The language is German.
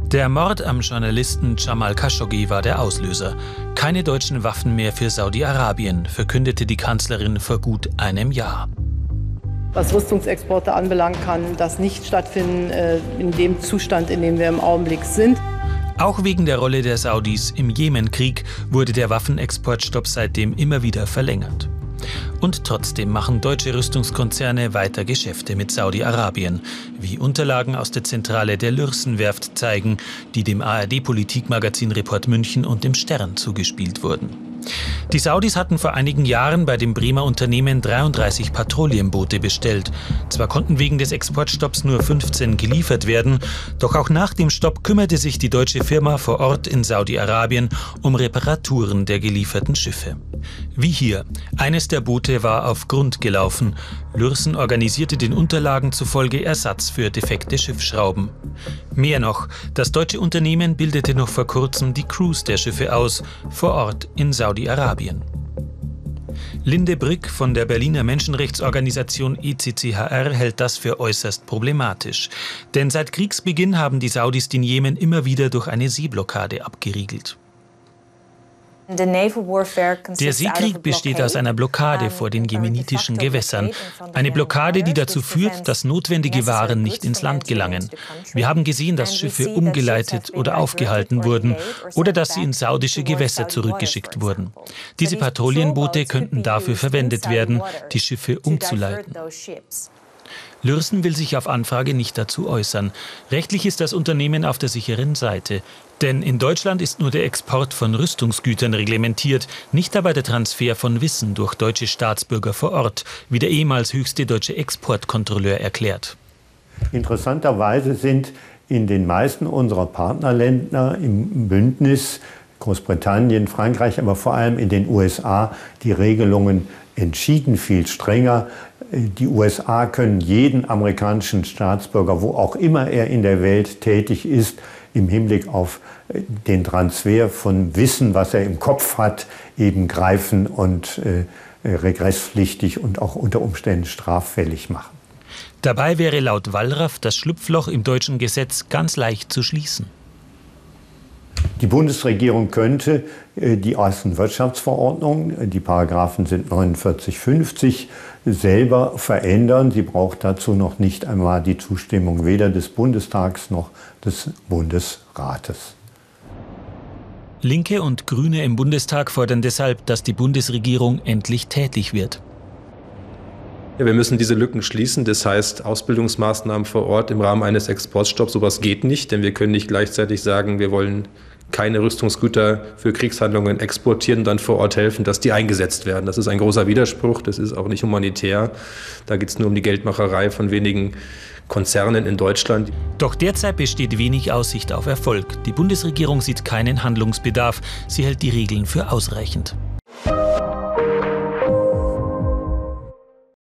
Der Mord am Journalisten Jamal Khashoggi war der Auslöser. Keine deutschen Waffen mehr für Saudi-Arabien, verkündete die Kanzlerin vor gut einem Jahr. Was Rüstungsexporte anbelangt, kann das nicht stattfinden in dem Zustand, in dem wir im Augenblick sind. Auch wegen der Rolle der Saudis im Jemenkrieg wurde der Waffenexportstopp seitdem immer wieder verlängert. Und trotzdem machen deutsche Rüstungskonzerne weiter Geschäfte mit Saudi-Arabien, wie Unterlagen aus der Zentrale der Lürssen-Werft zeigen, die dem ARD-Politikmagazin Report München und dem Stern zugespielt wurden. Die Saudis hatten vor einigen Jahren bei dem Bremer Unternehmen 33 Patrouillenboote bestellt. Zwar konnten wegen des Exportstopps nur 15 geliefert werden, doch auch nach dem Stopp kümmerte sich die deutsche Firma vor Ort in Saudi-Arabien um Reparaturen der gelieferten Schiffe. Wie hier. Eines der Boote war auf Grund gelaufen. Lürssen organisierte den Unterlagen zufolge Ersatz für defekte Schiffsschrauben. Mehr noch, das deutsche Unternehmen bildete noch vor kurzem die Crews der Schiffe aus, vor Ort in Saudi-Arabien. Linde Brick von der Berliner Menschenrechtsorganisation ECCHR hält das für äußerst problematisch. Denn seit Kriegsbeginn haben die Saudis den Jemen immer wieder durch eine Seeblockade abgeriegelt. Der Seekrieg besteht aus einer Blockade vor den jemenitischen Gewässern. Eine Blockade, die dazu führt, dass notwendige Waren nicht ins Land gelangen. Wir haben gesehen, dass Schiffe umgeleitet oder aufgehalten wurden oder dass sie in saudische Gewässer zurückgeschickt wurden. Diese Patrouillenboote könnten dafür verwendet werden, die Schiffe umzuleiten. Lürssen will sich auf Anfrage nicht dazu äußern. Rechtlich ist das Unternehmen auf der sicheren Seite. Denn in Deutschland ist nur der Export von Rüstungsgütern reglementiert, nicht aber der Transfer von Wissen durch deutsche Staatsbürger vor Ort, wie der ehemals höchste deutsche Exportkontrolleur erklärt. Interessanterweise sind in den meisten unserer Partnerländer im Bündnis, Großbritannien, Frankreich, aber vor allem in den USA, die Regelungen entschieden viel strenger. Die USA können jeden amerikanischen Staatsbürger, wo auch immer er in der Welt tätig ist, im Hinblick auf den Transfer von Wissen, was er im Kopf hat, eben greifen und regresspflichtig und auch unter Umständen straffällig machen. Dabei wäre laut Wallraff das Schlupfloch im deutschen Gesetz ganz leicht zu schließen. Die Bundesregierung könnte die Außenwirtschaftsverordnung, die Paragraphen sind 49, 50, selber verändern. Sie braucht dazu noch nicht einmal die Zustimmung weder des Bundestags noch des Bundesrates. Linke und Grüne im Bundestag fordern deshalb, dass die Bundesregierung endlich tätig wird. Ja, wir müssen diese Lücken schließen. Das heißt, Ausbildungsmaßnahmen vor Ort im Rahmen eines Exportstopps, sowas geht nicht, denn wir können nicht gleichzeitig sagen, wir wollen keine Rüstungsgüter für Kriegshandlungen exportieren und dann vor Ort helfen, dass die eingesetzt werden. Das ist ein großer Widerspruch, das ist auch nicht humanitär. Da geht es nur um die Geldmacherei von wenigen Konzernen in Deutschland. Doch derzeit besteht wenig Aussicht auf Erfolg. Die Bundesregierung sieht keinen Handlungsbedarf. Sie hält die Regeln für ausreichend.